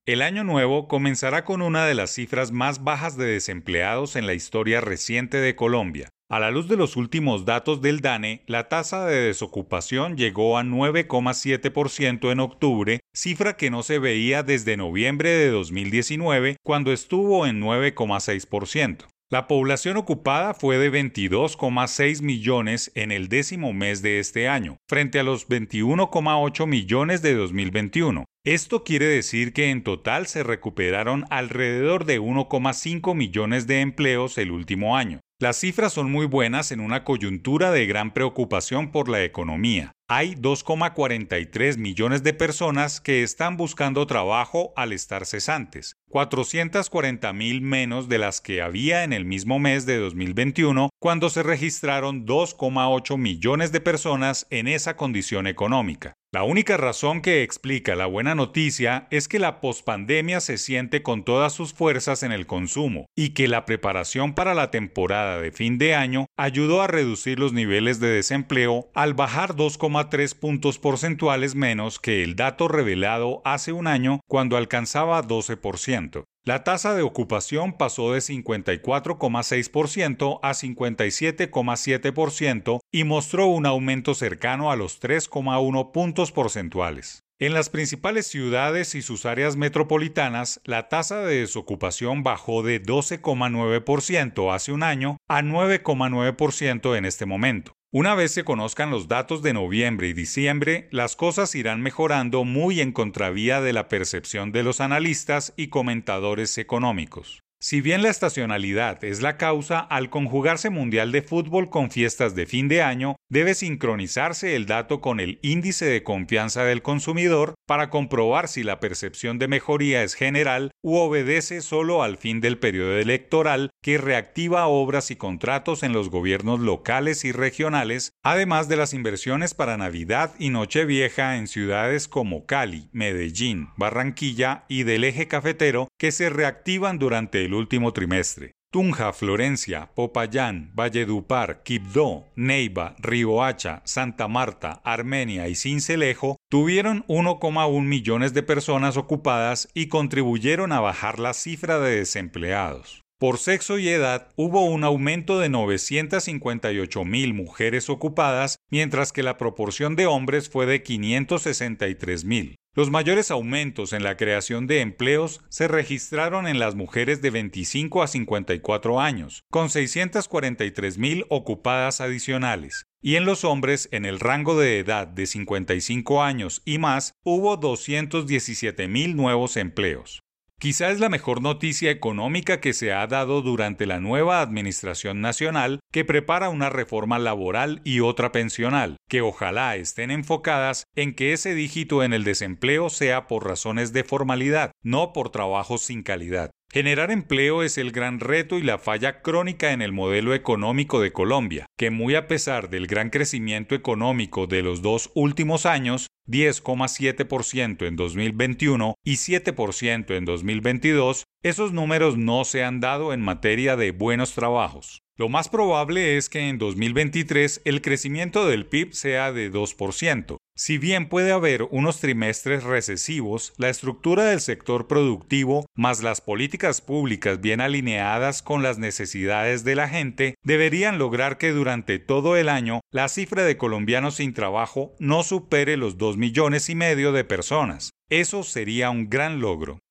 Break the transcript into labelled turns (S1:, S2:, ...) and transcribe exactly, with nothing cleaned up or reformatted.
S1: El año nuevo comenzará con una de las cifras más bajas de desempleados en la historia reciente de Colombia. A la luz de los últimos datos del DANE, la tasa de desocupación llegó a nueve coma siete por ciento en octubre, cifra que no se veía desde noviembre de dos mil diecinueve, cuando estuvo en nueve coma seis por ciento. La población ocupada fue de veintidós coma seis millones en el décimo mes de este año, frente a los veintiuno coma ocho millones de dos mil veintiuno. Esto quiere decir que en total se recuperaron alrededor de uno coma cinco millones de empleos el último año. Las cifras son muy buenas en una coyuntura de gran preocupación por la economía. Hay dos coma cuarenta y tres millones de personas que están buscando trabajo al estar cesantes, cuatrocientos cuarenta mil menos de las que había en el mismo mes de dos mil veintiuno, cuando se registraron dos coma ocho millones de personas en esa condición económica. La única razón que explica la buena noticia es que la pospandemia se siente con todas sus fuerzas en el consumo y que la preparación para la temporada de fin de año ayudó a reducir los niveles de desempleo al bajar dos coma tres puntos porcentuales menos que el dato revelado hace un año cuando alcanzaba doce por ciento. La tasa de ocupación pasó de cincuenta y cuatro coma seis por ciento a cincuenta y siete coma siete por ciento y mostró un aumento cercano a los tres coma uno puntos porcentuales. En las principales ciudades y sus áreas metropolitanas, la tasa de desocupación bajó de doce coma nueve por ciento hace un año a nueve coma nueve por ciento en este momento. Una vez se conozcan los datos de noviembre y diciembre, las cosas irán mejorando muy en contravía de la percepción de los analistas y comentadores económicos. Si bien la estacionalidad es la causa, al conjugarse Mundial de Fútbol con fiestas de fin de año, debe sincronizarse el dato con el índice de confianza del consumidor para comprobar si la percepción de mejoría es general u obedece solo al fin del periodo electoral que reactiva obras y contratos en los gobiernos locales y regionales, además de las inversiones para Navidad y Nochevieja en ciudades como Cali, Medellín, Barranquilla y del eje cafetero que se reactivan durante el el último trimestre. Tunja, Florencia, Popayán, Valledupar, Quibdó, Neiva, Riohacha, Santa Marta, Armenia y Sincelejo tuvieron uno coma uno millones de personas ocupadas y contribuyeron a bajar la cifra de desempleados. Por sexo y edad, hubo un aumento de novecientos cincuenta y ocho mil mujeres ocupadas, mientras que la proporción de hombres fue de quinientos sesenta y tres mil. Los mayores aumentos en la creación de empleos se registraron en las mujeres de veinticinco a cincuenta y cuatro años, con seiscientos cuarenta y tres mil ocupadas adicionales, y en los hombres en el rango de edad de cincuenta y cinco años y más hubo doscientos diecisiete mil nuevos empleos. Quizá es la mejor noticia económica que se ha dado durante la nueva administración nacional que prepara una reforma laboral y otra pensional, que ojalá estén enfocadas en que ese dígito en el desempleo sea por razones de formalidad, no por trabajos sin calidad. Generar empleo es el gran reto y la falla crónica en el modelo económico de Colombia, que muy a pesar del gran crecimiento económico de los dos últimos años, diez coma siete por ciento en dos mil veintiuno y siete por ciento en dos mil veintidós, esos números no se han dado en materia de buenos trabajos. Lo más probable es que en dos mil veintitrés el crecimiento del P I B sea de dos por ciento. Si bien puede haber unos trimestres recesivos, la estructura del sector productivo, más las políticas públicas bien alineadas con las necesidades de la gente, deberían lograr que durante todo el año la cifra de colombianos sin trabajo no supere los dos millones y medio de personas. Eso sería un gran logro.